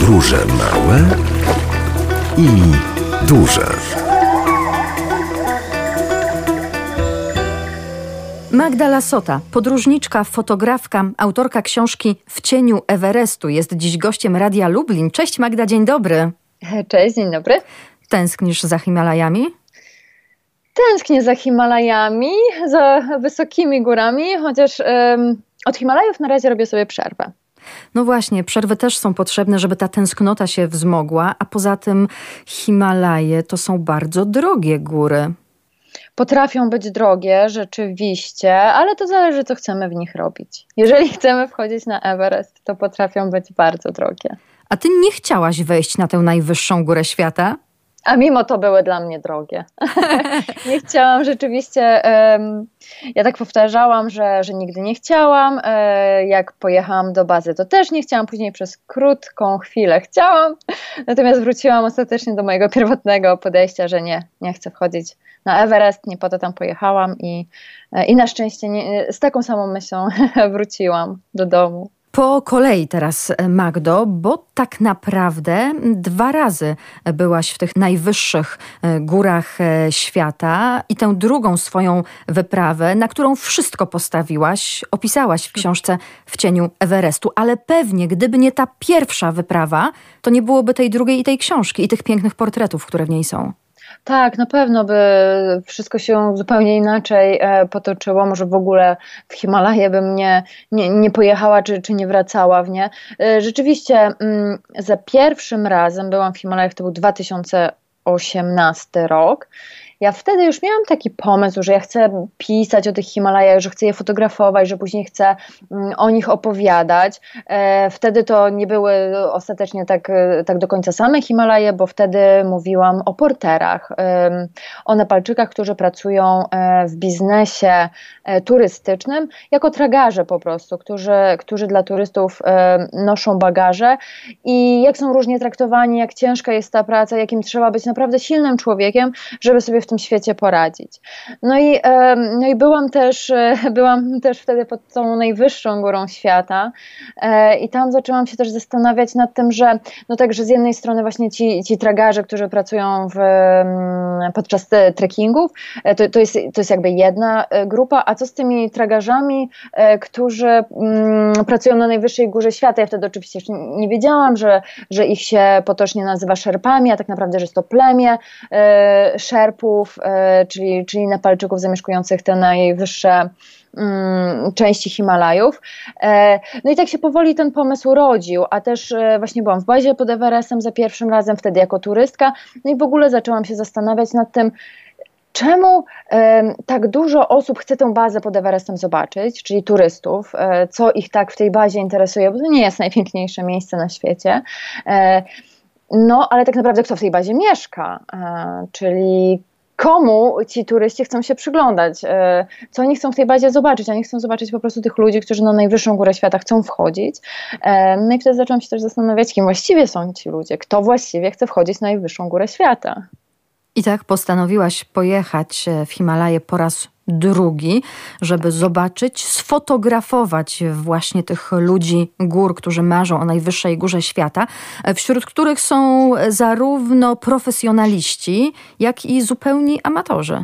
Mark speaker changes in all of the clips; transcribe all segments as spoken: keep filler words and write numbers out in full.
Speaker 1: Podróże małe i duże.
Speaker 2: Magda Lasota, podróżniczka, fotografka, autorka książki W cieniu Everestu, jest dziś gościem Radia Lublin. Cześć Magda, dzień dobry.
Speaker 3: Cześć, dzień dobry.
Speaker 2: Tęsknisz za Himalajami?
Speaker 3: Tęsknię za Himalajami, za wysokimi górami, chociaż um, od Himalajów na razie robię sobie przerwę.
Speaker 2: No właśnie, przerwy też są potrzebne, żeby ta tęsknota się wzmogła, a poza tym Himalaje to są bardzo drogie góry.
Speaker 3: Potrafią być drogie, rzeczywiście, ale to zależy, co chcemy w nich robić. Jeżeli chcemy wchodzić na Everest, to potrafią być bardzo drogie.
Speaker 2: A ty nie chciałaś wejść na tę najwyższą górę świata?
Speaker 3: A mimo to były dla mnie drogie. Nie chciałam rzeczywiście, um, ja tak powtarzałam, że, że nigdy nie chciałam. E, jak pojechałam do bazy, to też nie chciałam. Później przez krótką chwilę chciałam. Natomiast wróciłam ostatecznie do mojego pierwotnego podejścia, że nie, nie chcę wchodzić na Everest. Nie po to tam pojechałam i, i na szczęście nie, z taką samą myślą wróciłam do domu.
Speaker 2: Po kolei teraz, Magdo, bo tak naprawdę dwa razy byłaś w tych najwyższych górach świata i tę drugą swoją wyprawę, na którą wszystko postawiłaś, opisałaś w książce W cieniu Everestu, ale pewnie gdyby nie ta pierwsza wyprawa, to nie byłoby tej drugiej i tej książki i tych pięknych portretów, które w niej są.
Speaker 3: Tak, na pewno by wszystko się zupełnie inaczej potoczyło. Może w ogóle w Himalaje bym nie, nie, nie pojechała, czy, czy nie wracała w nie. Rzeczywiście za pierwszym razem byłam w Himalajach, to był dwa tysiące osiemnasty rok. Ja wtedy już miałam taki pomysł, że ja chcę pisać o tych Himalajach, że chcę je fotografować, że później chcę o nich opowiadać. Wtedy to nie były ostatecznie tak, tak do końca same Himalaje, bo wtedy mówiłam o porterach, o Nepalczykach, którzy pracują w biznesie turystycznym, jako tragarze po prostu, którzy, którzy dla turystów noszą bagaże i jak są różnie traktowani, jak ciężka jest ta praca, jakim trzeba być naprawdę silnym człowiekiem, żeby sobie w tym świecie poradzić. No i, no i byłam też, byłam też wtedy pod tą najwyższą górą świata i tam zaczęłam się też zastanawiać nad tym, że no tak, że z jednej strony właśnie ci, ci tragarze, którzy pracują w, podczas trekkingów, to, to, jest, to jest jakby jedna grupa, a co z tymi tragarzami, którzy pracują na najwyższej górze świata? Ja wtedy oczywiście jeszcze nie wiedziałam, że, że ich się potocznie nazywa szerpami, a tak naprawdę, że jest to plemię szerpów, Czyli, czyli Nepalczyków zamieszkujących te najwyższe um, części Himalajów. E, no i tak się powoli ten pomysł rodził, a też e, właśnie byłam w bazie pod Everestem za pierwszym razem, wtedy jako turystka, no i w ogóle zaczęłam się zastanawiać nad tym, czemu e, tak dużo osób chce tę bazę pod Everestem zobaczyć, czyli turystów, e, co ich tak w tej bazie interesuje, bo to nie jest najpiękniejsze miejsce na świecie. E, no, ale tak naprawdę kto w tej bazie mieszka, e, czyli komu ci turyści chcą się przyglądać, co oni chcą w tej bazie zobaczyć. Oni chcą zobaczyć po prostu tych ludzi, którzy na najwyższą górę świata chcą wchodzić. No i wtedy zaczęłam się też zastanawiać, kim właściwie są ci ludzie, kto właściwie chce wchodzić na najwyższą górę świata.
Speaker 2: I tak postanowiłaś pojechać w Himalaje po raz drugi, żeby zobaczyć, sfotografować właśnie tych ludzi gór, którzy marzą o najwyższej górze świata, wśród których są zarówno profesjonaliści, jak i zupełni amatorzy.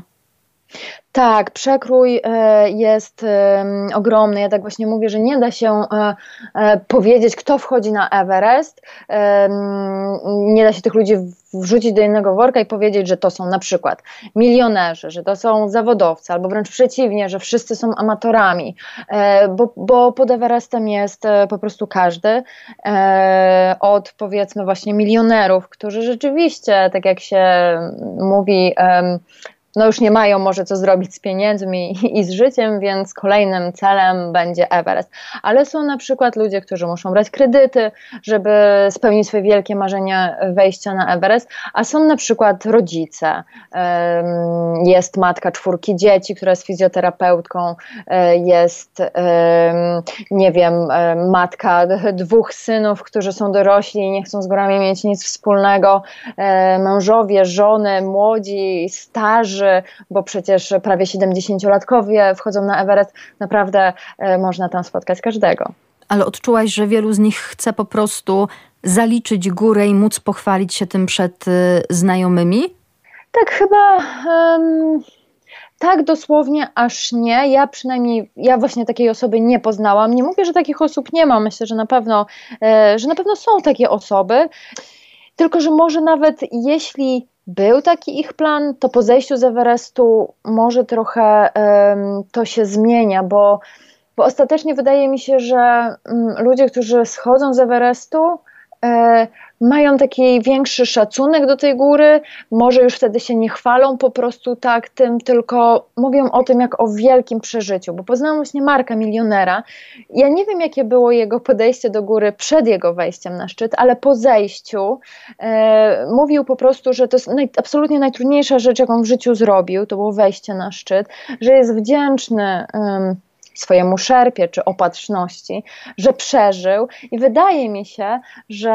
Speaker 3: Tak, przekrój jest ogromny. Ja tak właśnie mówię, że nie da się powiedzieć, kto wchodzi na Everest. Nie da się tych ludzi wrzucić do jednego worka i powiedzieć, że to są na przykład milionerzy, że to są zawodowcy, albo wręcz przeciwnie, że wszyscy są amatorami, bo, bo pod Everestem jest po prostu każdy, od powiedzmy właśnie milionerów, którzy rzeczywiście, tak jak się mówi, no już nie mają może co zrobić z pieniędzmi i z życiem, więc kolejnym celem będzie Everest. Ale są na przykład ludzie, którzy muszą brać kredyty, żeby spełnić swoje wielkie marzenie wejścia na Everest, a są na przykład rodzice. Jest matka czwórki dzieci, która jest fizjoterapeutką, jest, nie wiem, matka dwóch synów, którzy są dorośli i nie chcą z górami mieć nic wspólnego, mężowie, żony, młodzi, starzy, bo przecież prawie siedemdziesięciolatkowie wchodzą na Everest. Naprawdę można tam spotkać każdego.
Speaker 2: Ale odczułaś, że wielu z nich chce po prostu zaliczyć górę i móc pochwalić się tym przed znajomymi?
Speaker 3: Tak, chyba... Um... Tak dosłownie aż nie. Ja przynajmniej, ja właśnie takiej osoby nie poznałam. Nie mówię, że takich osób nie ma. Myślę, że na pewno, że na pewno są takie osoby. Tylko że może nawet jeśli był taki ich plan, to po zejściu z Everestu może trochę um, to się zmienia, bo, bo ostatecznie wydaje mi się, że um, ludzie, którzy schodzą z Everestu, e, mają taki większy szacunek do tej góry, może już wtedy się nie chwalą po prostu tak tym, tylko mówią o tym jak o wielkim przeżyciu, bo poznałam właśnie Marka, milionera. Ja nie wiem, jakie było jego podejście do góry przed jego wejściem na szczyt, ale po zejściu e, mówił po prostu, że to jest naj, absolutnie najtrudniejsza rzecz, jaką w życiu zrobił, to było wejście na szczyt, że jest wdzięczny um, swojemu szerpie czy opatrzności, że przeżył i wydaje mi się, że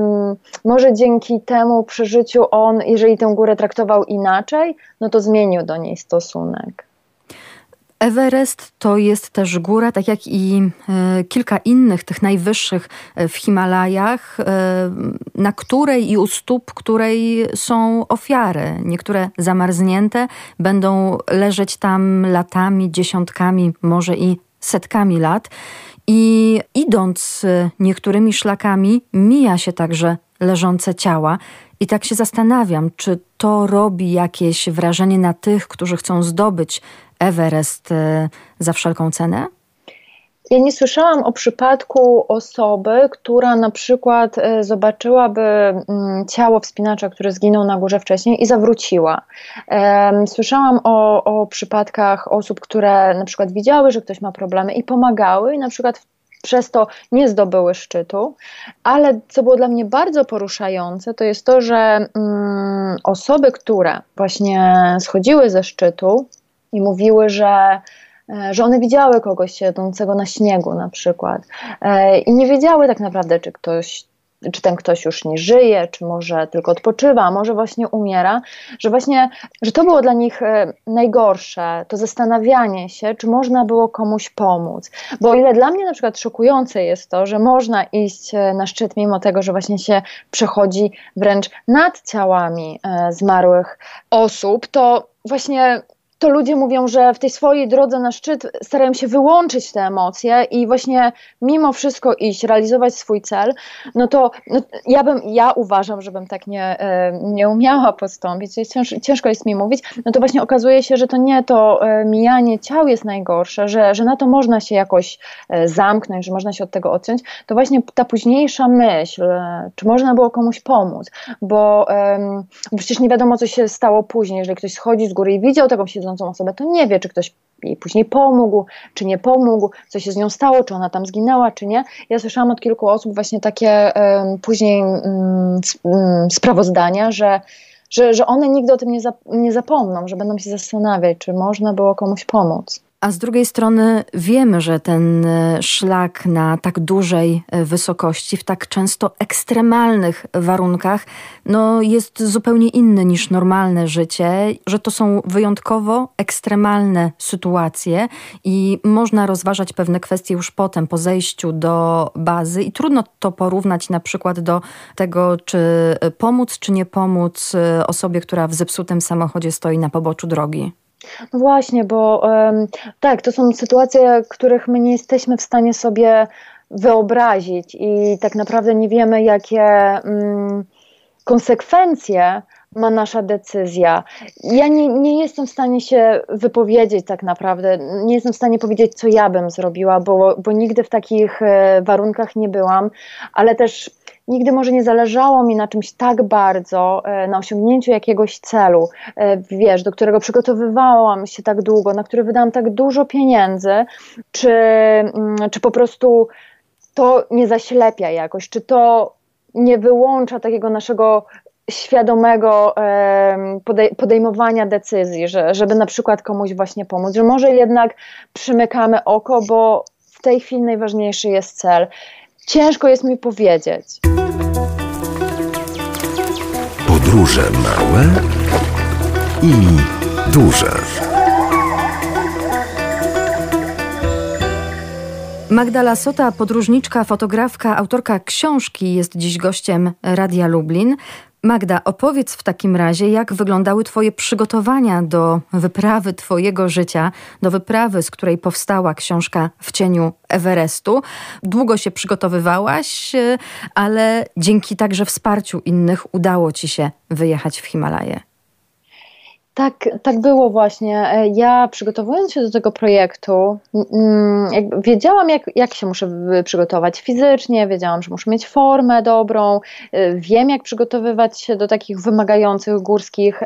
Speaker 3: może dzięki temu przeżyciu on, jeżeli tę górę traktował inaczej, no to zmienił do niej stosunek.
Speaker 2: Everest to jest też góra, tak jak i e, kilka innych, tych najwyższych w Himalajach, e, na której i u stóp której są ofiary. Niektóre zamarznięte będą leżeć tam latami, dziesiątkami, może i setkami lat. I idąc niektórymi szlakami mija się także leżące ciała. I tak się zastanawiam, czy to robi jakieś wrażenie na tych, którzy chcą zdobyć Everest za wszelką cenę?
Speaker 3: Ja nie słyszałam o przypadku osoby, która na przykład zobaczyłaby ciało wspinacza, który zginął na górze wcześniej i zawróciła. Słyszałam o, o przypadkach osób, które na przykład widziały, że ktoś ma problemy i pomagały i na przykład przez to nie zdobyły szczytu, ale co było dla mnie bardzo poruszające, to jest to, że mm, osoby, które właśnie schodziły ze szczytu i mówiły, że że one widziały kogoś siedzącego na śniegu na przykład i nie wiedziały tak naprawdę, czy ktoś, czy ten ktoś już nie żyje, czy może tylko odpoczywa, a może właśnie umiera, że właśnie, że to było dla nich najgorsze, to zastanawianie się, czy można było komuś pomóc. Bo o ile dla mnie na przykład szokujące jest to, że można iść na szczyt mimo tego, że właśnie się przechodzi wręcz nad ciałami zmarłych osób, to właśnie to ludzie mówią, że w tej swojej drodze na szczyt starają się wyłączyć te emocje i właśnie mimo wszystko iść, realizować swój cel, no to no, ja bym, ja uważam, żebym tak nie, nie umiała postąpić, cięż, ciężko jest mi mówić, no to właśnie okazuje się, że to nie to mijanie ciał jest najgorsze, że, że na to można się jakoś zamknąć, że można się od tego odciąć, to właśnie ta późniejsza myśl, czy można było komuś pomóc, bo um, przecież nie wiadomo, co się stało później, jeżeli ktoś schodzi z góry i widział taką siedzącą osobę, to nie wie, czy ktoś jej później pomógł, czy nie pomógł, co się z nią stało, czy ona tam zginęła, czy nie. Ja słyszałam od kilku osób właśnie takie um, później um, sprawozdania, że, że, że one nigdy o tym nie, zap- nie zapomną, że będą się zastanawiać, czy można było komuś pomóc.
Speaker 2: A z drugiej strony wiemy, że ten szlak na tak dużej wysokości, w tak często ekstremalnych warunkach, no jest zupełnie inny niż normalne życie, że to są wyjątkowo ekstremalne sytuacje i można rozważać pewne kwestie już potem, po zejściu do bazy i trudno to porównać na przykład do tego, czy pomóc, czy nie pomóc osobie, która w zepsutym samochodzie stoi na poboczu drogi.
Speaker 3: No właśnie, bo um, tak, to są sytuacje, których my nie jesteśmy w stanie sobie wyobrazić i tak naprawdę nie wiemy, jakie um, konsekwencje ma nasza decyzja. Ja nie, nie jestem w stanie się wypowiedzieć tak naprawdę, nie jestem w stanie powiedzieć, co ja bym zrobiła, bo, bo nigdy w takich warunkach nie byłam, ale też nigdy może nie zależało mi na czymś tak bardzo, na osiągnięciu jakiegoś celu, wiesz, do którego przygotowywałam się tak długo, na który wydałam tak dużo pieniędzy, czy, czy po prostu to nie zaślepia jakoś, czy to nie wyłącza takiego naszego świadomego podejmowania decyzji, że, żeby na przykład komuś właśnie pomóc, że może jednak przymykamy oko, bo w tej chwili najważniejszy jest cel. Ciężko jest mi powiedzieć.
Speaker 1: Podróże małe i duże.
Speaker 2: Magda Lassota, podróżniczka, fotografka, autorka książki, jest dziś gościem Radia Lublin. Magda, opowiedz w takim razie, jak wyglądały twoje przygotowania do wyprawy twojego życia, do wyprawy, z której powstała książka W cieniu Everestu. Długo się przygotowywałaś, ale dzięki także wsparciu innych udało ci się wyjechać w Himalaje.
Speaker 3: Tak, tak było właśnie. Ja przygotowując się do tego projektu, jakby wiedziałam, jak, jak się muszę przygotować fizycznie, wiedziałam, że muszę mieć formę dobrą, wiem, jak przygotowywać się do takich wymagających górskich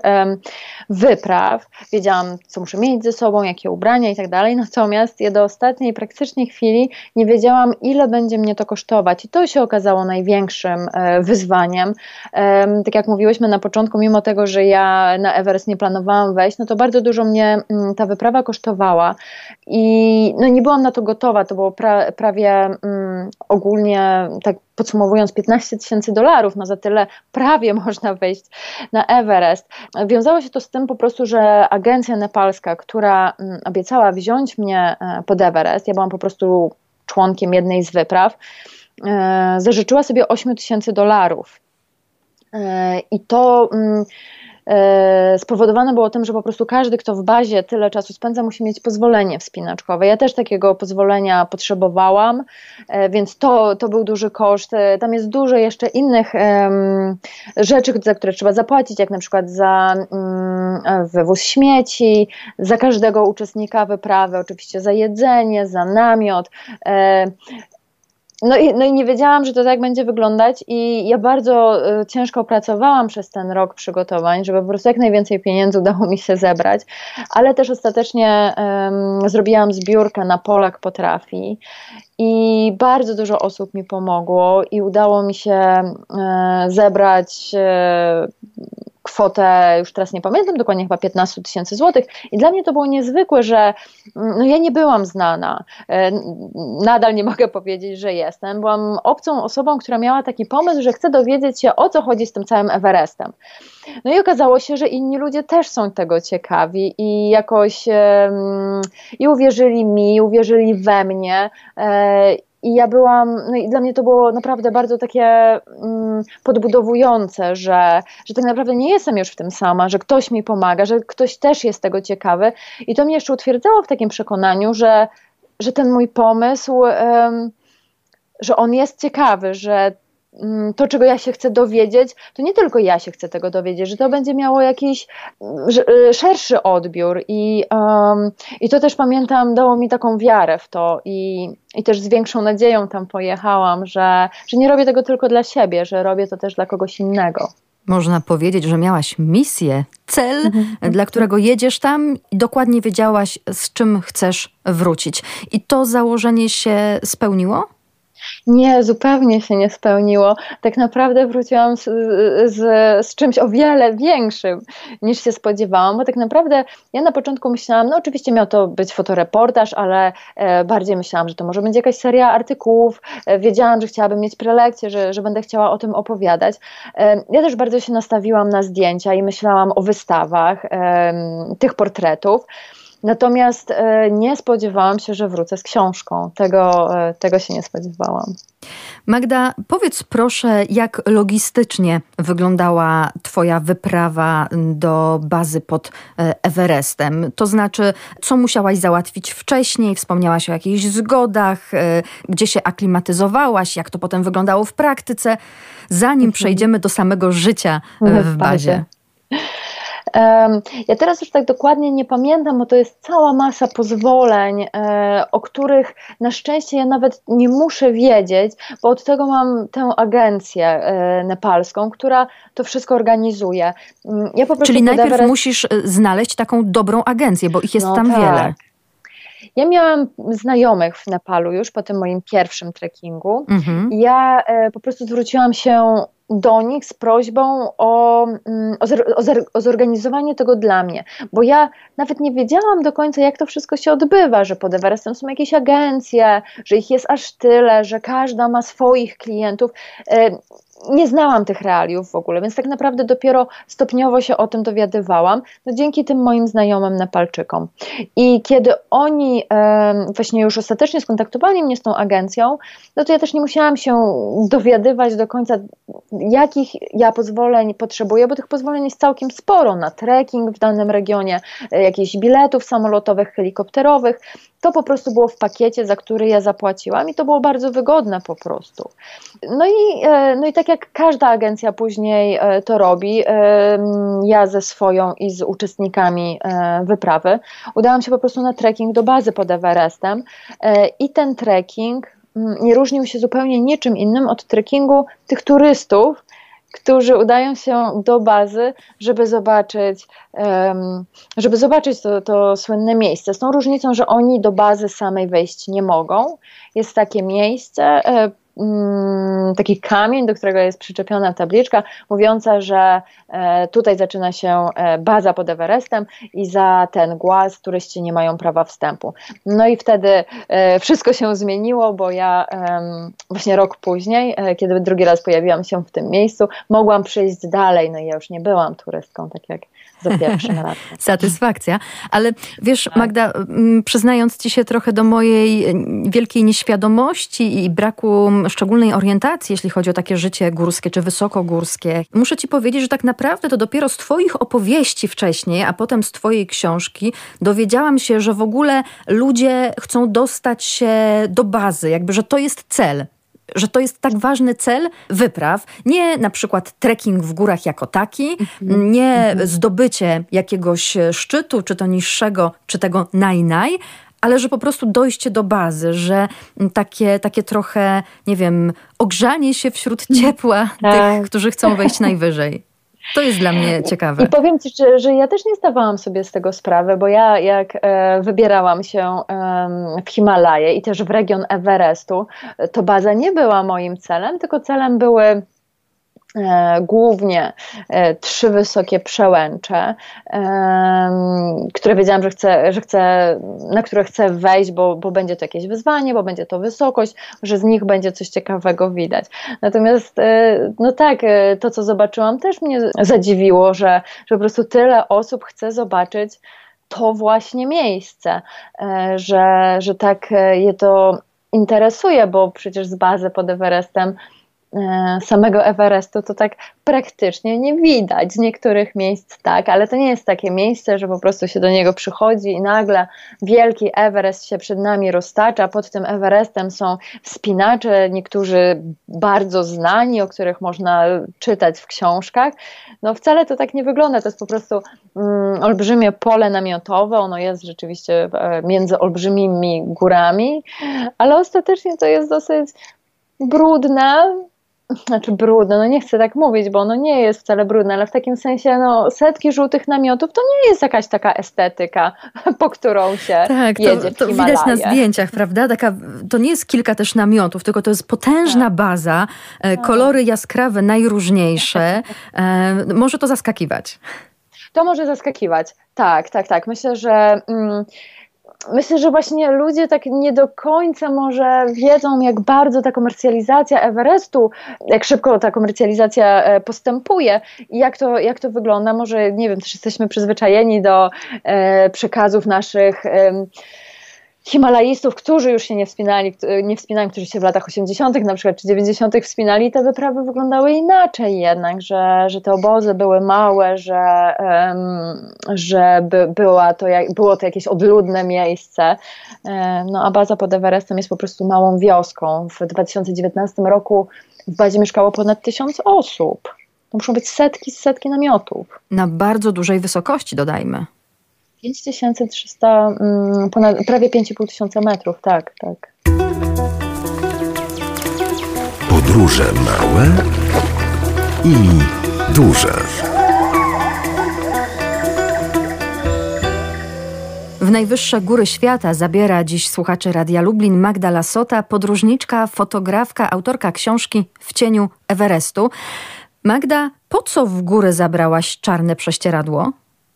Speaker 3: wypraw, wiedziałam, co muszę mieć ze sobą, jakie ubrania i tak dalej, natomiast ja do ostatniej praktycznie chwili nie wiedziałam, ile będzie mnie to kosztować i to się okazało największym wyzwaniem. Tak jak mówiłyśmy na początku, mimo tego, że ja na Everest nie planowałam wejść, no to bardzo dużo mnie ta wyprawa kosztowała i no nie byłam na to gotowa, to było pra, prawie um, ogólnie, tak podsumowując, piętnaście tysięcy dolarów, no za tyle prawie można wejść na Everest. Wiązało się to z tym po prostu, że agencja nepalska, która um, obiecała wziąć mnie pod Everest, ja byłam po prostu członkiem jednej z wypraw, e, zażyczyła sobie osiem tysięcy dolarów e, i to um, spowodowane było tym, że po prostu każdy, kto w bazie tyle czasu spędza, musi mieć pozwolenie wspinaczkowe. Ja też takiego pozwolenia potrzebowałam, więc to, to był duży koszt. Tam jest dużo jeszcze innych um, rzeczy, za które trzeba zapłacić, jak na przykład za um, wywóz śmieci, za każdego uczestnika wyprawy, oczywiście za jedzenie, za namiot. Um, No i, no i nie wiedziałam, że to tak będzie wyglądać i ja bardzo y, ciężko pracowałam przez ten rok przygotowań, żeby po prostu jak najwięcej pieniędzy udało mi się zebrać, ale też ostatecznie y, zrobiłam zbiórkę na Polak Potrafi i bardzo dużo osób mi pomogło i udało mi się y, zebrać y, kwotę, już teraz nie pamiętam dokładnie, chyba piętnaście tysięcy złotych i dla mnie to było niezwykłe, że no ja nie byłam znana, nadal nie mogę powiedzieć, że jestem, byłam obcą osobą, która miała taki pomysł, że chce dowiedzieć się, o co chodzi z tym całym Everestem. No i okazało się, że inni ludzie też są tego ciekawi i jakoś um, i uwierzyli mi, uwierzyli we mnie. e, I ja byłam, no i dla mnie to było naprawdę bardzo takie mm, podbudowujące, że, że tak naprawdę nie jestem już w tym sama, że ktoś mi pomaga, że ktoś też jest tego ciekawy i to mnie jeszcze utwierdzało w takim przekonaniu, że, że ten mój pomysł, um, że on jest ciekawy, że um, to, czego ja się chcę dowiedzieć, to nie tylko ja się chcę tego dowiedzieć, że to będzie miało jakiś że, szerszy odbiór i, um, i to też pamiętam, dało mi taką wiarę w to i I też z większą nadzieją tam pojechałam, że, że nie robię tego tylko dla siebie, że robię to też dla kogoś innego.
Speaker 2: Można powiedzieć, że miałaś misję, cel, mhm. dla którego jedziesz tam i dokładnie wiedziałaś, z czym chcesz wrócić. I to założenie się spełniło?
Speaker 3: Nie, zupełnie się nie spełniło. Tak naprawdę wróciłam z, z, z czymś o wiele większym niż się spodziewałam, bo tak naprawdę ja na początku myślałam, no oczywiście miał to być fotoreportaż, ale e, bardziej myślałam, że to może będzie jakaś seria artykułów. E, wiedziałam, że chciałabym mieć prelekcje, że, że będę chciała o tym opowiadać. E, ja też bardzo się nastawiłam na zdjęcia i myślałam o wystawach e, tych portretów. Natomiast e, nie spodziewałam się, że wrócę z książką. Tego, e, tego się nie spodziewałam.
Speaker 2: Magda, powiedz proszę, jak logistycznie wyglądała twoja wyprawa do bazy pod Everestem? To znaczy, co musiałaś załatwić wcześniej? Wspomniałaś o jakichś zgodach, e, gdzie się aklimatyzowałaś, jak to potem wyglądało w praktyce, zanim mhm. przejdziemy do samego życia w, w bazie.
Speaker 3: Um, ja teraz już tak dokładnie nie pamiętam, bo to jest cała masa pozwoleń, e, o których na szczęście ja nawet nie muszę wiedzieć, bo od tego mam tę agencję e, nepalską, która to wszystko organizuje. Ja po prostu
Speaker 2: Czyli najpierw
Speaker 3: Everest...
Speaker 2: musisz znaleźć taką dobrą agencję, bo ich jest
Speaker 3: no
Speaker 2: tam
Speaker 3: tak.
Speaker 2: wiele.
Speaker 3: Ja miałam znajomych w Nepalu już po tym moim pierwszym trekkingu. Mhm. Ja e, po prostu zwróciłam się do nich z prośbą o, o, o, o zorganizowanie tego dla mnie, bo ja nawet nie wiedziałam do końca, jak to wszystko się odbywa, że pod Everestem są jakieś agencje, że ich jest aż tyle, że każda ma swoich klientów. nie znałam tych realiów w ogóle, więc tak naprawdę dopiero stopniowo się o tym dowiadywałam, no dzięki tym moim znajomym Nepalczykom. I kiedy oni e, właśnie już ostatecznie skontaktowali mnie z tą agencją, no to ja też nie musiałam się dowiadywać do końca, jakich ja pozwoleń potrzebuję, bo tych pozwoleń jest całkiem sporo na trekking w danym regionie, jakichś biletów samolotowych, helikopterowych. To po prostu było w pakiecie, za który ja zapłaciłam i to było bardzo wygodne po prostu. No i, no i tak jak każda agencja później to robi, ja ze swoją i z uczestnikami wyprawy udałam się po prostu na trekking do bazy pod Everestem i ten trekking nie różnił się zupełnie niczym innym od trekkingu tych turystów, którzy udają się do bazy, żeby zobaczyć, um, żeby zobaczyć to, to słynne miejsce. Z tą różnicą, że oni do bazy samej wejść nie mogą. Jest takie miejsce, um, taki kamień, do którego jest przyczepiona tabliczka mówiąca, że e, tutaj zaczyna się e, baza pod Everestem i za ten głaz turyści nie mają prawa wstępu. No i wtedy e, wszystko się zmieniło, bo ja e, właśnie rok później, e, kiedy drugi raz pojawiłam się w tym miejscu, mogłam przyjść dalej, no i ja już nie byłam turystką, tak jak za pierwszym razem.
Speaker 2: Satysfakcja. Ale wiesz, Magda, przyznając ci się trochę do mojej wielkiej nieświadomości i braku szczególnej orientacji, jeśli chodzi o takie życie górskie czy wysokogórskie, muszę ci powiedzieć, że tak naprawdę to dopiero z twoich opowieści wcześniej, a potem z twojej książki dowiedziałam się, że w ogóle ludzie chcą dostać się do bazy, jakby, że to jest cel. Że to jest tak ważny cel wypraw, nie na przykład trekking w górach jako taki, mm-hmm. nie mm-hmm. zdobycie jakiegoś szczytu, czy to niższego, czy tego naj-naj, ale że po prostu dojście do bazy, że takie, takie trochę, nie wiem, ogrzanie się wśród ciepła tak. tych, którzy chcą wejść najwyżej. To jest dla mnie ciekawe.
Speaker 3: I powiem ci, że, że ja też nie zdawałam sobie z tego sprawy, bo ja jak e, wybierałam się e, w Himalaje i też w region Everestu, to baza nie była moim celem, tylko celem były E, głównie e, trzy wysokie przełęcze, e, które wiedziałam, że chcę, że chcę, na które chcę wejść, bo, bo będzie to jakieś wyzwanie, bo będzie to wysokość, że z nich będzie coś ciekawego widać. Natomiast e, no tak, e, to co zobaczyłam też mnie zadziwiło, że, że po prostu tyle osób chce zobaczyć to właśnie miejsce, e, że, że tak je to interesuje, bo przecież z bazy pod Everestem samego Everestu to tak praktycznie nie widać. Z niektórych miejsc tak, ale to nie jest takie miejsce, że po prostu się do niego przychodzi i nagle wielki Everest się przed nami roztacza. Pod tym Everestem są wspinacze, niektórzy bardzo znani, o których można czytać w książkach. No wcale to tak nie wygląda. To jest po prostu mm, olbrzymie pole namiotowe. Ono jest rzeczywiście między olbrzymimi górami, ale ostatecznie to jest dosyć brudne. Znaczy brudne, no nie chcę tak mówić, bo ono nie jest wcale brudne, ale w takim sensie no, setki żółtych namiotów to nie jest jakaś taka estetyka, po którą się tak, jedzie
Speaker 2: to, to widać na zdjęciach, prawda? Taka, to nie jest kilka też namiotów, tylko to jest potężna tak. baza, tak. kolory jaskrawe, najróżniejsze. Może to zaskakiwać.
Speaker 3: To może zaskakiwać, tak, tak, tak. Myślę, że... Mm, Myślę, że właśnie ludzie tak nie do końca może wiedzą, jak bardzo ta komercjalizacja Everestu, jak szybko ta komercjalizacja postępuje i jak to, jak to wygląda. Może, nie wiem, też jesteśmy przyzwyczajeni do e, przekazów naszych e, Himalajistów, którzy już się nie wspinali, nie wspinają, którzy się w latach osiemdziesiątych na przykład czy dziewięćdziesiątych wspinali, te wyprawy wyglądały inaczej jednak, że, że te obozy były małe, że, um, że by, była to, było to jakieś odludne miejsce, no a baza pod Everestem jest po prostu małą wioską. W dwa tysiące dziewiętnastym roku w bazie mieszkało ponad tysiąc osób. To muszą być setki, setki namiotów.
Speaker 2: Na bardzo dużej wysokości, dodajmy.
Speaker 3: pięć tysięcy trzysta, ponad, prawie pięć i pół tysiąca metrów, tak, tak.
Speaker 1: Podróże małe i duże.
Speaker 2: W najwyższe góry świata zabiera dziś słuchaczy Radia Lublin Magda Lassota, podróżniczka, fotografka, autorka książki W cieniu Everestu. Magda, po co w góry zabrałaś czarne prześcieradło?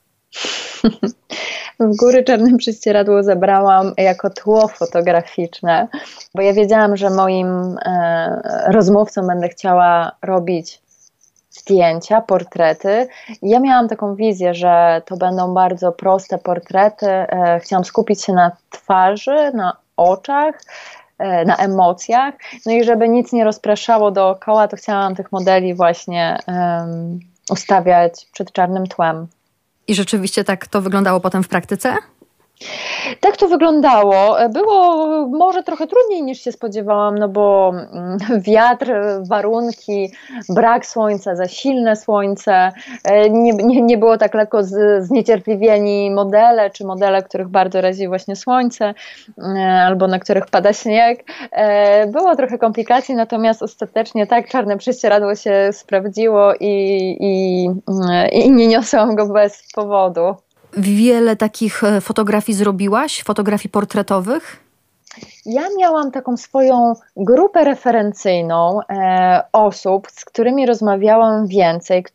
Speaker 3: W góry czarne prześcieradło zabrałam jako tło fotograficzne, bo ja wiedziałam, że moim e, rozmówcom będę chciała robić zdjęcia, portrety. Ja miałam taką wizję, że to będą bardzo proste portrety. Chciałam skupić się na twarzy, na oczach, na emocjach. No i żeby nic nie rozpraszało dookoła, to chciałam tych modeli właśnie um, ustawiać przed czarnym tłem.
Speaker 2: I rzeczywiście tak to wyglądało potem w praktyce?
Speaker 3: Tak to wyglądało. Było może trochę trudniej niż się spodziewałam, no bo wiatr, warunki, brak słońca, za silne słońce, nie, nie, nie było tak lekko z, zniecierpliwieni modele, czy modele, których bardzo razi właśnie słońce, albo na których pada śnieg. Było trochę komplikacji, natomiast ostatecznie tak czarne prześcieradło się sprawdziło i, i, i nie niosłam go bez powodu.
Speaker 2: Wiele takich fotografii zrobiłaś? Fotografii portretowych?
Speaker 3: Ja miałam taką swoją grupę referencyjną e, osób, z którymi rozmawiałam więcej.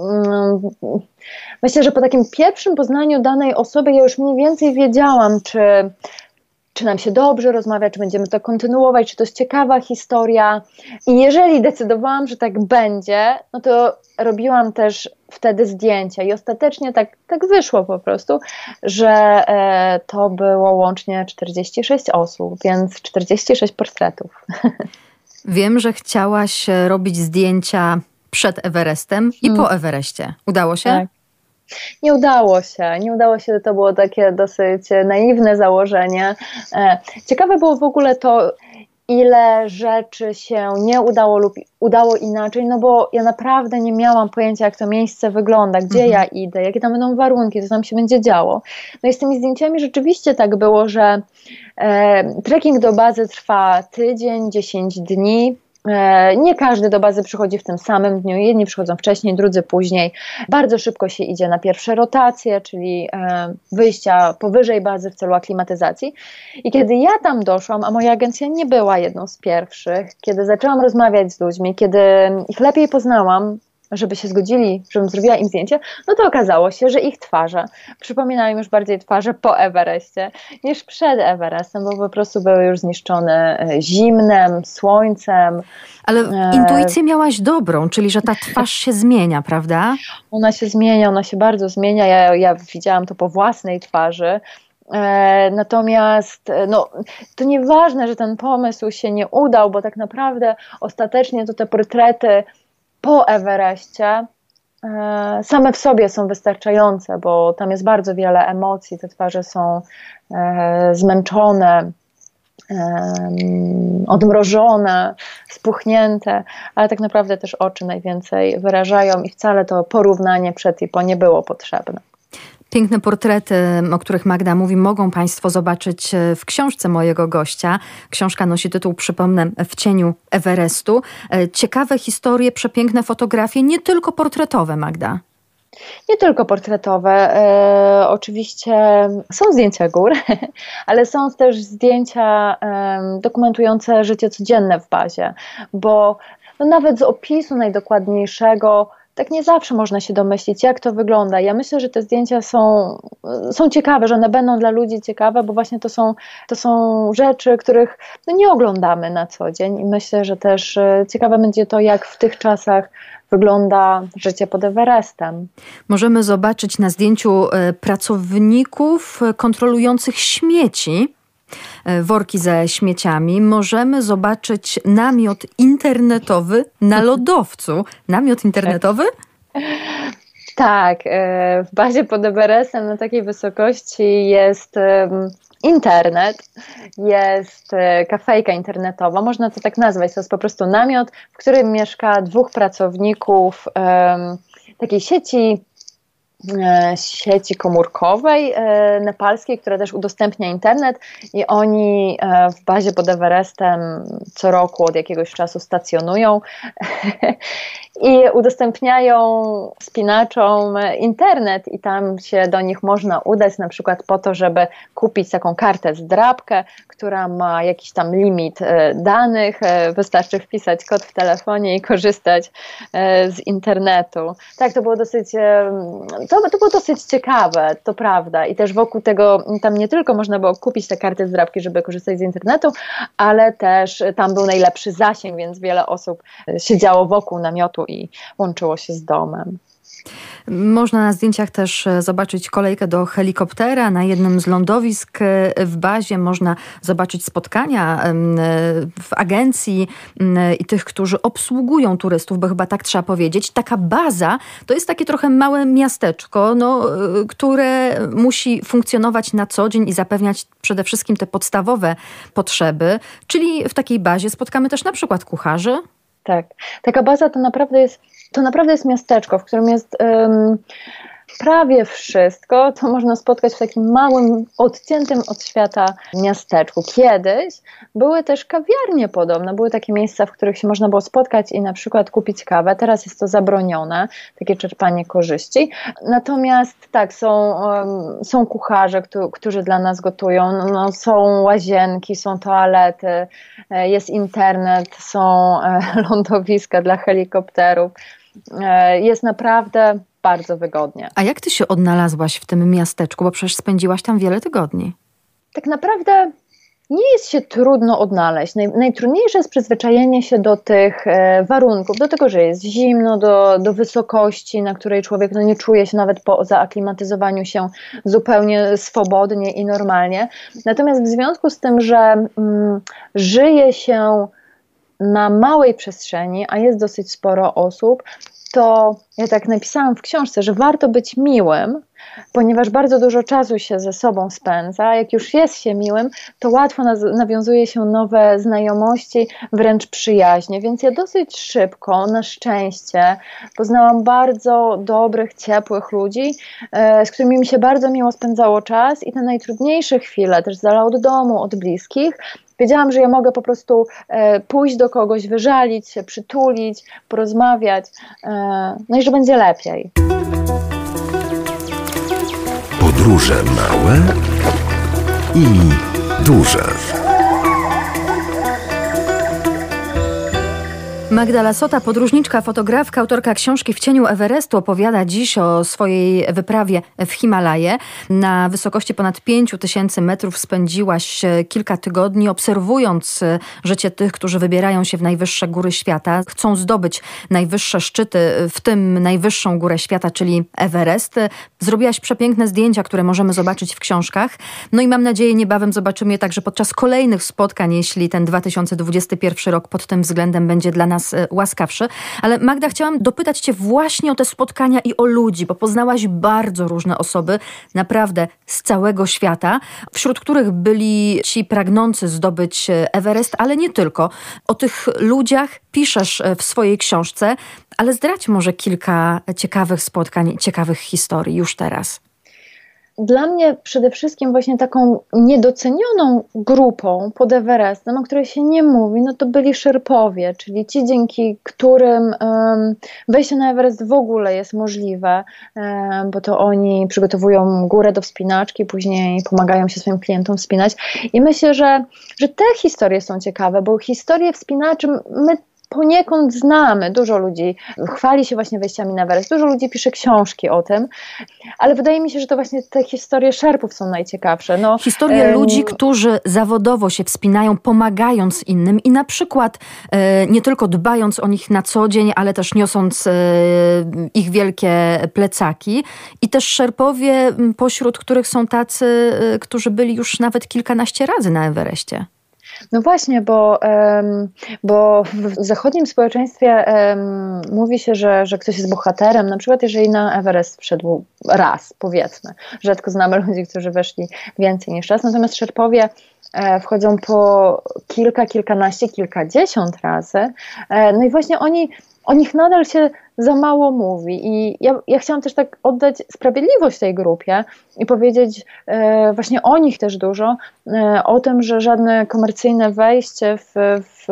Speaker 3: Myślę, że po takim pierwszym poznaniu danej osoby ja już mniej więcej wiedziałam, czy, czy nam się dobrze rozmawia, czy będziemy to kontynuować, czy to jest ciekawa historia. I jeżeli decydowałam, że tak będzie, no to robiłam też wtedy zdjęcia i ostatecznie tak, tak wyszło po prostu, że e, to było łącznie czterdzieści sześć osób, więc czterdzieści sześć portretów.
Speaker 2: Wiem, że chciałaś robić zdjęcia przed Everestem i hmm. po Everestie. Udało się?
Speaker 3: Tak. Nie udało się, nie udało się, to było takie dosyć naiwne założenie. E, ciekawe było w ogóle to, ile rzeczy się nie udało lub udało inaczej, no bo ja naprawdę nie miałam pojęcia, jak to miejsce wygląda, gdzie mhm. ja idę, jakie tam będą warunki, co tam się będzie działo. No i z tymi zdjęciami rzeczywiście tak było, że e, trekking do bazy trwa tydzień, dziesięć dni. Nie każdy do bazy przychodzi w tym samym dniu, jedni przychodzą wcześniej, drudzy później. Bardzo szybko się idzie na pierwsze rotacje, czyli wyjścia powyżej bazy w celu aklimatyzacji. I kiedy ja tam doszłam, a moja agencja nie była jedną z pierwszych, kiedy zaczęłam rozmawiać z ludźmi, kiedy ich lepiej poznałam, żeby się zgodzili, żebym zrobiła im zdjęcie, no to okazało się, że ich twarze przypominają już bardziej twarze po Everestie niż przed Everestem, bo po prostu były już zniszczone zimnem, słońcem.
Speaker 2: Ale intuicję miałaś dobrą, czyli że ta twarz się zmienia, prawda?
Speaker 3: Ona się zmienia, ona się bardzo zmienia. Ja, ja widziałam to po własnej twarzy. E, natomiast no, to nieważne, że ten pomysł się nie udał, bo tak naprawdę ostatecznie to te portrety po Everestie e, same w sobie są wystarczające, bo tam jest bardzo wiele emocji, te twarze są e, zmęczone, e, odmrożone, spuchnięte, ale tak naprawdę też oczy najwięcej wyrażają i wcale to porównanie przed i po nie było potrzebne.
Speaker 2: Piękne portrety, o których Magda mówi, mogą Państwo zobaczyć w książce mojego gościa. Książka nosi tytuł, przypomnę, W cieniu Everestu. Ciekawe historie, przepiękne fotografie, nie tylko portretowe, Magda.
Speaker 3: Nie tylko portretowe. E, oczywiście są zdjęcia gór, ale są też zdjęcia e, dokumentujące życie codzienne w bazie, bo no, nawet z opisu najdokładniejszego tak nie zawsze można się domyślić, jak to wygląda. Ja myślę, że te zdjęcia są, są ciekawe, że one będą dla ludzi ciekawe, bo właśnie to są, to są rzeczy, których no nie oglądamy na co dzień i myślę, że też ciekawe będzie to, jak w tych czasach wygląda życie pod Everestem.
Speaker 2: Możemy zobaczyć na zdjęciu pracowników kontrolujących śmieci, worki ze śmieciami. Możemy zobaczyć namiot internetowy na lodowcu. Namiot internetowy?
Speaker 3: Tak, w bazie pod Everestem na takiej wysokości jest internet, jest kafejka internetowa, można to tak nazwać, to jest po prostu namiot, w którym mieszka dwóch pracowników um, takiej sieci sieci komórkowej e, nepalskiej, która też udostępnia internet i oni e, w bazie pod Everestem co roku od jakiegoś czasu stacjonują i udostępniają wspinaczom internet i tam się do nich można udać na przykład po to, żeby kupić taką kartę zdrabkę, która ma jakiś tam limit e, danych, e, wystarczy wpisać kod w telefonie i korzystać e, z internetu. Tak, to było dosyć e, to, to było dosyć ciekawe, to prawda. I też wokół tego, tam nie tylko można było kupić te karty zdrabki, żeby korzystać z internetu, ale też tam był najlepszy zasięg, więc wiele osób siedziało wokół namiotu i łączyło się z domem.
Speaker 2: Można na zdjęciach też zobaczyć kolejkę do helikoptera. Na jednym z lądowisk w bazie można zobaczyć spotkania w agencji i tych, którzy obsługują turystów, bo chyba tak trzeba powiedzieć. Taka baza to jest takie trochę małe miasteczko, no, które musi funkcjonować na co dzień i zapewniać przede wszystkim te podstawowe potrzeby. Czyli w takiej bazie spotkamy też na przykład kucharzy.
Speaker 3: Tak, taka baza to naprawdę jest, to naprawdę jest miasteczko, w którym jest um, prawie wszystko, co można spotkać w takim małym, odciętym od świata miasteczku. Kiedyś były też kawiarnie podobne, były takie miejsca, w których się można było spotkać i na przykład kupić kawę. Teraz jest to zabronione, takie czerpanie korzyści. Natomiast tak, są, um, są kucharze, którzy, którzy dla nas gotują, no, no, są łazienki, są toalety, jest internet, są e, lądowiska dla helikopterów. E, jest naprawdę bardzo wygodnie.
Speaker 2: A jak ty się odnalazłaś w tym miasteczku? Bo przecież spędziłaś tam wiele tygodni.
Speaker 3: Tak naprawdę nie jest się trudno odnaleźć. Naj, najtrudniejsze jest przyzwyczajenie się do tych e, warunków, do tego, że jest zimno, do, do wysokości, na której człowiek no, nie czuje się nawet po zaaklimatyzowaniu się zupełnie swobodnie i normalnie. Natomiast w związku z tym, że mm, żyje się na małej przestrzeni, a jest dosyć sporo osób, to ja tak napisałam w książce, że warto być miłym, ponieważ bardzo dużo czasu się ze sobą spędza, a jak już jest się miłym, to łatwo nawiązuje się nowe znajomości, wręcz przyjaźnie, więc ja dosyć szybko, na szczęście, poznałam bardzo dobrych, ciepłych ludzi, z którymi mi się bardzo miło spędzało czas i te najtrudniejsze chwile, też z dala od domu, od bliskich, wiedziałam, że ja mogę po prostu e, pójść do kogoś, wyżalić się, przytulić, porozmawiać, e, no i że będzie lepiej.
Speaker 1: Podróże małe i duże.
Speaker 2: Magda Lasota, podróżniczka, fotografka, autorka książki W cieniu Everestu, opowiada dziś o swojej wyprawie w Himalaje. Na wysokości ponad pięciu tysięcy metrów spędziłaś kilka tygodni, obserwując życie tych, którzy wybierają się w najwyższe góry świata, chcą zdobyć najwyższe szczyty, w tym najwyższą górę świata, czyli Everest. Zrobiłaś przepiękne zdjęcia, które możemy zobaczyć w książkach. No i mam nadzieję, niebawem zobaczymy je także podczas kolejnych spotkań, jeśli ten dwa tysiące dwudziesty pierwszy rok pod tym względem będzie dla nas łaskawszy. Ale Magda, chciałam dopytać cię właśnie o te spotkania i o ludzi, bo poznałaś bardzo różne osoby, naprawdę z całego świata, wśród których byli ci pragnący zdobyć Everest, ale nie tylko. O tych ludziach piszesz w swojej książce, ale zdradź może kilka ciekawych spotkań, ciekawych historii już teraz.
Speaker 3: Dla mnie przede wszystkim właśnie taką niedocenioną grupą pod Everestem, o której się nie mówi, no to byli Szerpowie, czyli ci, dzięki którym um, wejście na Everest w ogóle jest możliwe, um, bo to oni przygotowują górę do wspinaczki, później pomagają się swoim klientom wspinać. I myślę, że, że te historie są ciekawe, bo historie wspinaczy my poniekąd znamy, dużo ludzi chwali się właśnie wejściami na Everest, dużo ludzi pisze książki o tym, ale wydaje mi się, że to właśnie te historie Szerpów są najciekawsze. No,
Speaker 2: historie
Speaker 3: um,
Speaker 2: ludzi, którzy zawodowo się wspinają, pomagając innym i na przykład e, nie tylko dbając o nich na co dzień, ale też niosąc e, ich wielkie plecaki. I też Szerpowie, pośród których są tacy, e, którzy byli już nawet kilkanaście razy na Everestie.
Speaker 3: No właśnie, bo, um, bo w zachodnim społeczeństwie um, mówi się, że, że ktoś jest bohaterem, na przykład jeżeli na Everest wszedł raz, powiedzmy. Rzadko znamy ludzi, którzy weszli więcej niż raz, natomiast Szerpowie e, wchodzą po kilka, kilkanaście, kilkadziesiąt razy. E, no i właśnie oni, o nich nadal się za mało mówi i ja, ja chciałam też tak oddać sprawiedliwość tej grupie i powiedzieć e, właśnie o nich też dużo, e, o tym, że żadne komercyjne wejście w, w,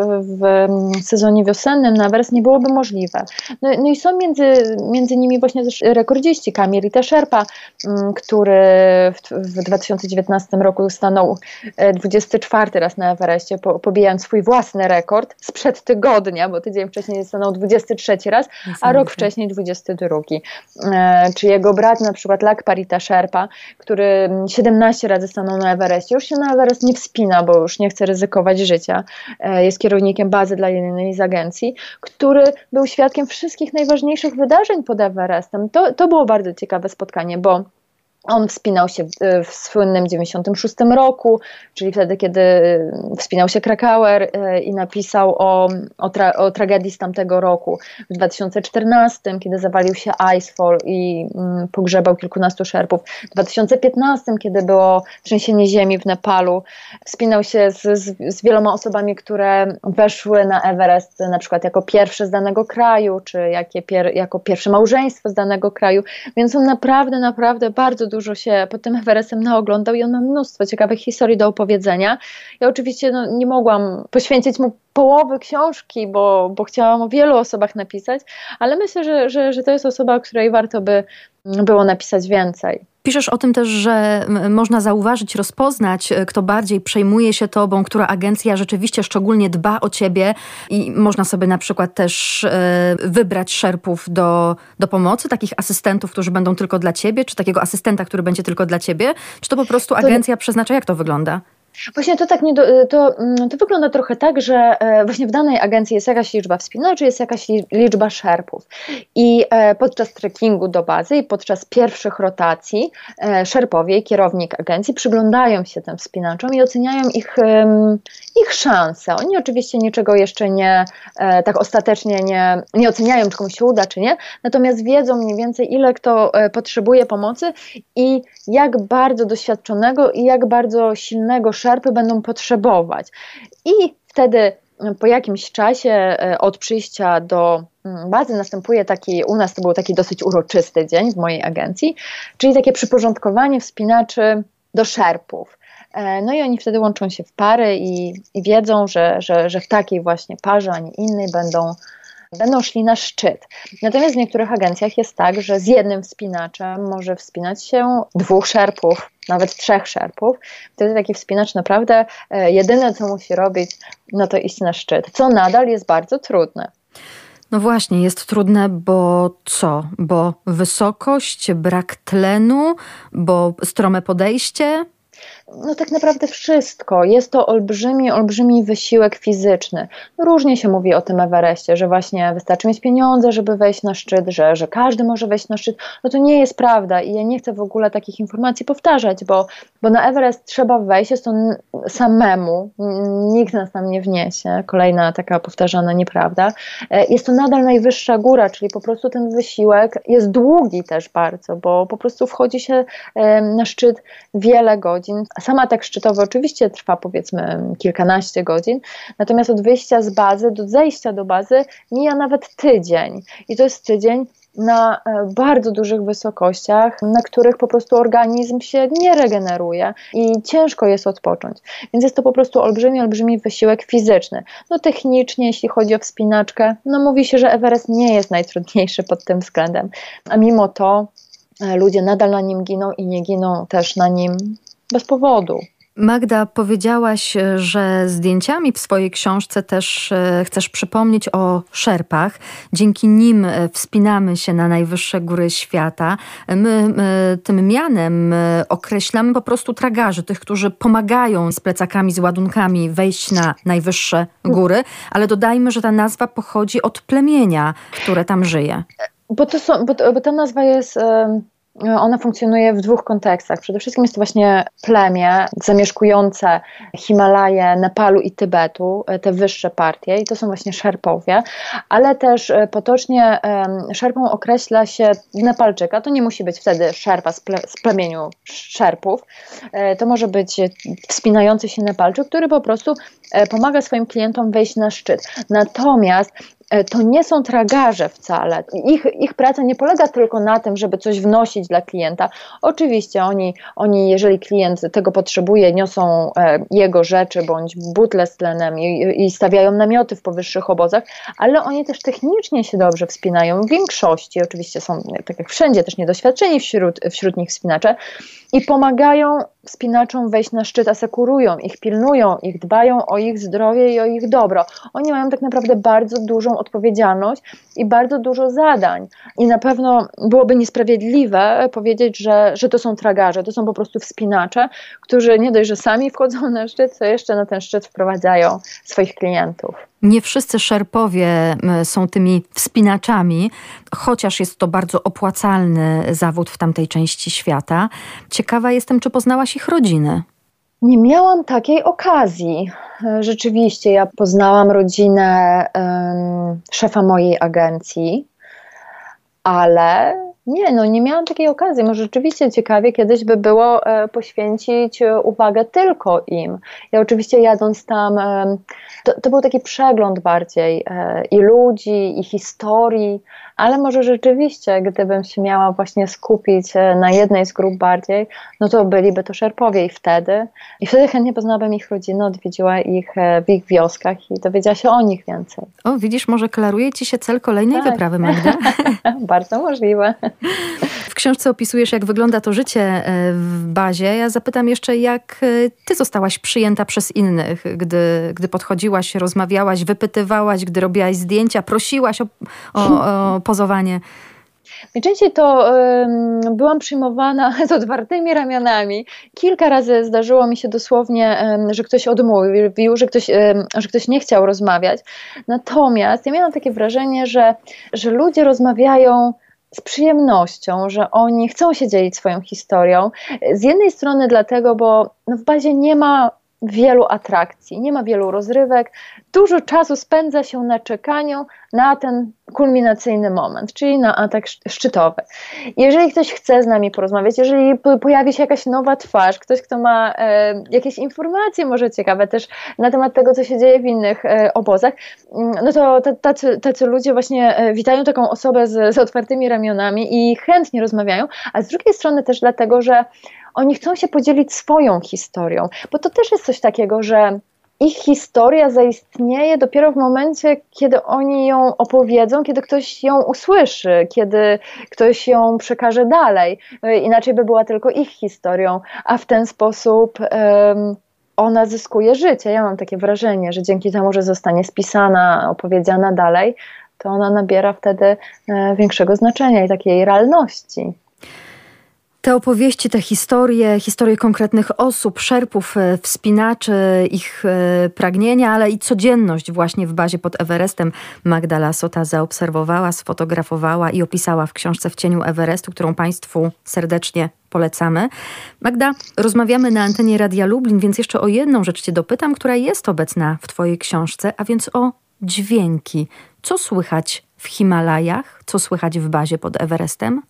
Speaker 3: w sezonie wiosennym na Everest nie byłoby możliwe. No, no i są między, między nimi właśnie też rekordziści, Kamil Rita Sherpa, m, który w, w dwa tysiące dziewiętnastym roku stanął dwudziesty czwarty raz na Everestie, po, pobijając swój własny rekord sprzed tygodnia, bo tydzień wcześniej stanął dwudziesty dwudziesty trzeci raz, a rok wcześniej dwudziesty drugi. Czy jego brat, na przykład Lakparita Sherpa, który siedemnaście razy stanął na Everestie, już się na Everest nie wspina, bo już nie chce ryzykować życia. Jest kierownikiem bazy dla jednej z agencji, który był świadkiem wszystkich najważniejszych wydarzeń pod Everestem. To, to było bardzo ciekawe spotkanie, bo on wspinał się w, w słynnym dziewięćdziesiątym szóstym roku, czyli wtedy, kiedy wspinał się Krakauer i napisał o, o, tra, o tragedii z tamtego roku. W dwa tysiące czternastym, kiedy zawalił się Icefall i mm, pogrzebał kilkunastu Sherpów. W dwa tysiące piętnastym, kiedy było trzęsienie ziemi w Nepalu, wspinał się z, z, z wieloma osobami, które weszły na Everest, na przykład jako pierwsze z danego kraju, czy jakie pier, jako pierwsze małżeństwo z danego kraju. Więc on naprawdę, naprawdę bardzo dużo się pod tym Everestem naoglądał i on ma mnóstwo ciekawych historii do opowiedzenia. Ja oczywiście no, nie mogłam poświęcić mu połowy książki, bo, bo chciałam o wielu osobach napisać, ale myślę, że, że, że to jest osoba, o której warto by było napisać więcej.
Speaker 2: Piszesz o tym też, że można zauważyć, rozpoznać, kto bardziej przejmuje się tobą, która agencja rzeczywiście szczególnie dba o ciebie i można sobie na przykład też wybrać szerpów do, do pomocy, takich asystentów, którzy będą tylko dla ciebie, czy takiego asystenta, który będzie tylko dla ciebie, czy to po prostu agencja to... przeznacza, jak to wygląda?
Speaker 3: Właśnie to tak nie do, to, to wygląda trochę tak, że właśnie w danej agencji jest jakaś liczba wspinaczy, jest jakaś liczba szerpów i podczas trekkingu do bazy i podczas pierwszych rotacji szerpowie i kierownik agencji przyglądają się tym wspinaczom i oceniają ich, ich szanse. Oni oczywiście niczego jeszcze nie, tak ostatecznie nie, nie oceniają, czy komuś się uda, czy nie, natomiast wiedzą mniej więcej, ile kto potrzebuje pomocy i jak bardzo doświadczonego i jak bardzo silnego szerpy będą potrzebować. I wtedy po jakimś czasie od przyjścia do bazy następuje taki, u nas to był taki dosyć uroczysty dzień w mojej agencji, czyli takie przyporządkowanie wspinaczy do szerpów. No i oni wtedy łączą się w pary i, i wiedzą, że, że, że w takiej właśnie parze, a nie innej będą będą szli na szczyt. Natomiast w niektórych agencjach jest tak, że z jednym wspinaczem może wspinać się dwóch szerpów, nawet trzech szerpów. Wtedy taki wspinacz naprawdę e, jedyne, co musi robić, no to iść na szczyt, co nadal jest bardzo trudne.
Speaker 2: No właśnie, jest trudne, bo co? Bo wysokość, brak tlenu, bo strome podejście?
Speaker 3: No tak naprawdę wszystko. Jest to olbrzymi, olbrzymi wysiłek fizyczny. Różnie się mówi o tym Everestie, że właśnie wystarczy mieć pieniądze, żeby wejść na szczyt, że, że każdy może wejść na szczyt. No to nie jest prawda i ja nie chcę w ogóle takich informacji powtarzać, bo, bo na Everest trzeba wejść, jest to samemu, nikt nas tam nie wniesie. Kolejna taka powtarzana nieprawda. Jest to nadal najwyższa góra, czyli po prostu ten wysiłek jest długi też bardzo, bo po prostu wchodzi się na szczyt wiele godzin. Sam atak szczytowy oczywiście trwa powiedzmy kilkanaście godzin, natomiast od wyjścia z bazy do zejścia do bazy mija nawet tydzień i to jest tydzień na bardzo dużych wysokościach, na których po prostu organizm się nie regeneruje i ciężko jest odpocząć. Więc jest to po prostu olbrzymi, olbrzymi wysiłek fizyczny. No technicznie, jeśli chodzi o wspinaczkę, no mówi się, że Everest nie jest najtrudniejszy pod tym względem, a mimo to ludzie nadal na nim giną i nie giną też na nim bez powodu.
Speaker 2: Magda, powiedziałaś, że zdjęciami w swojej książce też chcesz przypomnieć o szerpach. Dzięki nim wspinamy się na najwyższe góry świata. My, my tym mianem określamy po prostu tragarzy, tych, którzy pomagają z plecakami, z ładunkami wejść na najwyższe góry, ale dodajmy, że ta nazwa pochodzi od plemienia, które tam żyje.
Speaker 3: Bo, to są, bo, bo ta nazwa jest... Y- Ona funkcjonuje w dwóch kontekstach. Przede wszystkim jest to właśnie plemię zamieszkujące Himalaje, Nepalu i Tybetu, te wyższe partie i to są właśnie szerpowie, ale też potocznie szerpą określa się Nepalczyka. To nie musi być wtedy szerpa z, ple, z plemieniu szerpów. To może być wspinający się Nepalczyk, który po prostu pomaga swoim klientom wejść na szczyt. Natomiast to nie są tragarze wcale. Ich, ich praca nie polega tylko na tym, żeby coś wnosić dla klienta. Oczywiście oni, oni jeżeli klient tego potrzebuje, niosą e, jego rzeczy bądź butle z tlenem i, i stawiają namioty w powyższych obozach, ale oni też technicznie się dobrze wspinają. W większości oczywiście są, tak jak wszędzie, też niedoświadczeni wśród, wśród nich wspinacze i pomagają wspinaczom wejść na szczyt, asekurują ich, pilnują ich, dbają o ich zdrowie i o ich dobro. Oni mają tak naprawdę bardzo dużą odpowiedzialność i bardzo dużo zadań. I na pewno byłoby niesprawiedliwe powiedzieć, że, że to są tragarze, to są po prostu wspinacze, którzy nie dość, że sami wchodzą na szczyt, to jeszcze na ten szczyt wprowadzają swoich klientów.
Speaker 2: Nie wszyscy szerpowie są tymi wspinaczami, chociaż jest to bardzo opłacalny zawód w tamtej części świata. Ciekawa jestem, czy poznałaś ich rodziny?
Speaker 3: Nie miałam takiej okazji. Rzeczywiście, ja poznałam rodzinę um, szefa mojej agencji, ale nie, no nie miałam takiej okazji. Może rzeczywiście ciekawie kiedyś by było e, poświęcić uwagę tylko im. Ja oczywiście jadąc tam, e, to, to był taki przegląd bardziej e, i ludzi, i historii, ale może rzeczywiście, gdybym się miała właśnie skupić na jednej z grup bardziej, no to byliby to Szerpowie i wtedy, i wtedy chętnie poznałabym ich rodzinę, odwiedziła ich w ich wioskach i dowiedziała się o nich więcej.
Speaker 2: O, widzisz, może klaruje ci się cel kolejnej
Speaker 3: tak.
Speaker 2: wyprawy, Magda?
Speaker 3: Bardzo możliwe.
Speaker 2: W książce opisujesz, jak wygląda to życie w bazie. Ja zapytam jeszcze, jak ty zostałaś przyjęta przez innych, gdy, gdy podchodziłaś, rozmawiałaś, wypytywałaś, gdy robiłaś zdjęcia, prosiłaś o, o, o pozowanie.
Speaker 3: Najczęściej to um, byłam przyjmowana z otwartymi ramionami. Kilka razy zdarzyło mi się dosłownie, um, że ktoś odmówił, że ktoś, um, że ktoś nie chciał rozmawiać. Natomiast ja miałam takie wrażenie, że, że ludzie rozmawiają z przyjemnością, że oni chcą się dzielić swoją historią. Z jednej strony dlatego, bo no w bazie nie ma wielu atrakcji, nie ma wielu rozrywek, dużo czasu spędza się na czekaniu na ten kulminacyjny moment, czyli na atak szczytowy. Jeżeli ktoś chce z nami porozmawiać, jeżeli pojawi się jakaś nowa twarz, ktoś, kto ma e, jakieś informacje może ciekawe też na temat tego, co się dzieje w innych e, obozach, no to tacy, tacy ludzie właśnie witają taką osobę z, z otwartymi ramionami i chętnie rozmawiają, a z drugiej strony też dlatego, że oni chcą się podzielić swoją historią, bo to też jest coś takiego, że ich historia zaistnieje dopiero w momencie, kiedy oni ją opowiedzą, kiedy ktoś ją usłyszy, kiedy ktoś ją przekaże dalej. Inaczej by była tylko ich historią, a w ten sposób um, ona zyskuje życie. Ja mam takie wrażenie, że dzięki temu, że zostanie spisana, opowiedziana dalej, to ona nabiera wtedy e, większego znaczenia i takiej realności.
Speaker 2: Te opowieści, te historie, historie konkretnych osób, szerpów, wspinaczy, ich pragnienia, ale i codzienność właśnie w bazie pod Everestem Magda Lassota zaobserwowała, sfotografowała i opisała w książce W cieniu Everestu, którą Państwu serdecznie polecamy. Magda, rozmawiamy na antenie Radia Lublin, więc jeszcze o jedną rzecz Cię dopytam, która jest obecna w Twojej książce, a więc o dźwięki. Co słychać w Himalajach? Co słychać w bazie pod Everestem?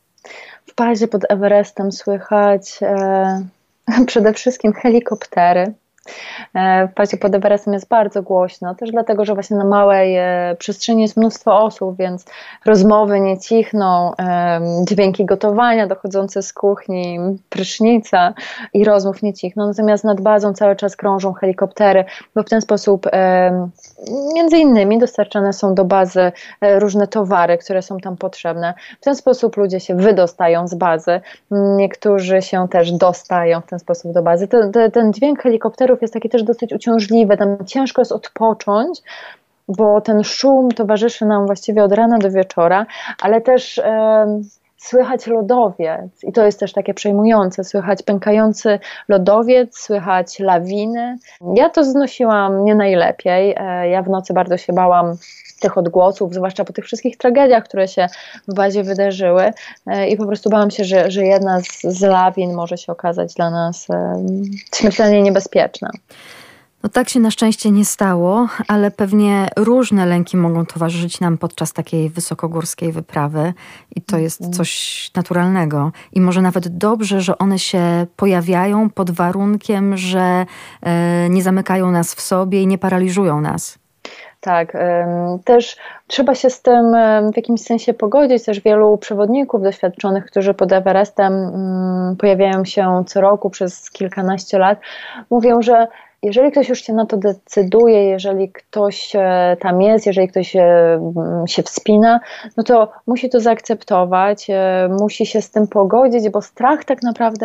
Speaker 3: W bazie pod Everestem słychać e, przede wszystkim helikoptery. E, w bazie pod Everestem jest bardzo głośno, też dlatego, że właśnie na małej e, przestrzeni jest mnóstwo osób, więc rozmowy nie cichną, e, dźwięki gotowania dochodzące z kuchni, prysznica i rozmów nie cichną. Natomiast nad bazą cały czas krążą helikoptery, bo w ten sposób e, między innymi dostarczane są do bazy e, różne towary, które są tam potrzebne. W ten sposób ludzie się wydostają z bazy, niektórzy się też dostają w ten sposób do bazy. Ten, ten, ten dźwięk helikopterów jest taki też dosyć uciążliwy, tam ciężko jest odpocząć, bo ten szum towarzyszy nam właściwie od rana do wieczora, ale też e, słychać lodowiec i to jest też takie przejmujące, słychać pękający lodowiec, słychać lawiny. Ja to znosiłam nie najlepiej, e, ja w nocy bardzo się bałam tych odgłosów, zwłaszcza po tych wszystkich tragediach, które się w bazie wydarzyły e, i po prostu bałam się, że, że jedna z, z lawin może się okazać dla nas e, śmiertelnie niebezpieczna.
Speaker 2: No tak się na szczęście nie stało, ale pewnie różne lęki mogą towarzyszyć nam podczas takiej wysokogórskiej wyprawy i to jest coś naturalnego. I może nawet dobrze, że one się pojawiają pod warunkiem, że e, nie zamykają nas w sobie i nie paraliżują nas.
Speaker 3: Tak, też trzeba się z tym w jakimś sensie pogodzić. Też wielu przewodników doświadczonych, którzy pod Everestem pojawiają się co roku przez kilkanaście lat, mówią, że jeżeli ktoś już się na to decyduje, jeżeli ktoś tam jest, jeżeli ktoś się wspina, no to musi to zaakceptować, musi się z tym pogodzić, bo strach tak naprawdę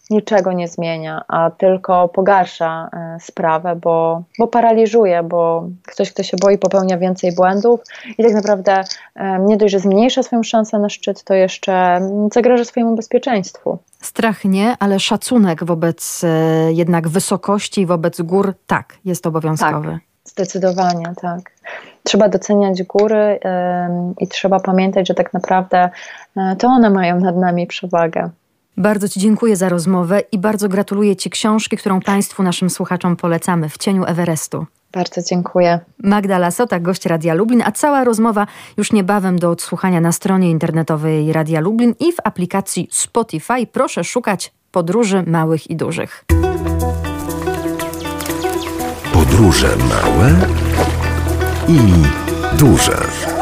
Speaker 3: niczego nie zmienia, a tylko pogarsza sprawę, bo, bo paraliżuje, bo ktoś, kto się boi, popełnia więcej błędów i tak naprawdę nie dość, że zmniejsza swoją szansę na szczyt, to jeszcze zagraża swojemu bezpieczeństwu.
Speaker 2: Strach nie, ale szacunek wobec e, jednak wysokości, wobec gór, tak, jest obowiązkowy.
Speaker 3: Tak, zdecydowanie, tak. Trzeba doceniać góry yy, i trzeba pamiętać, że tak naprawdę yy, to one mają nad nami przewagę.
Speaker 2: Bardzo Ci dziękuję za rozmowę i bardzo gratuluję Ci książki, którą Państwu, naszym słuchaczom polecamy, W cieniu Everestu.
Speaker 3: Bardzo dziękuję.
Speaker 2: Magda Lasota, gość Radia Lublin, a cała rozmowa już niebawem do odsłuchania na stronie internetowej Radia Lublin i w aplikacji Spotify. Proszę szukać Podróży małych i dużych.
Speaker 1: Podróże małe i duże.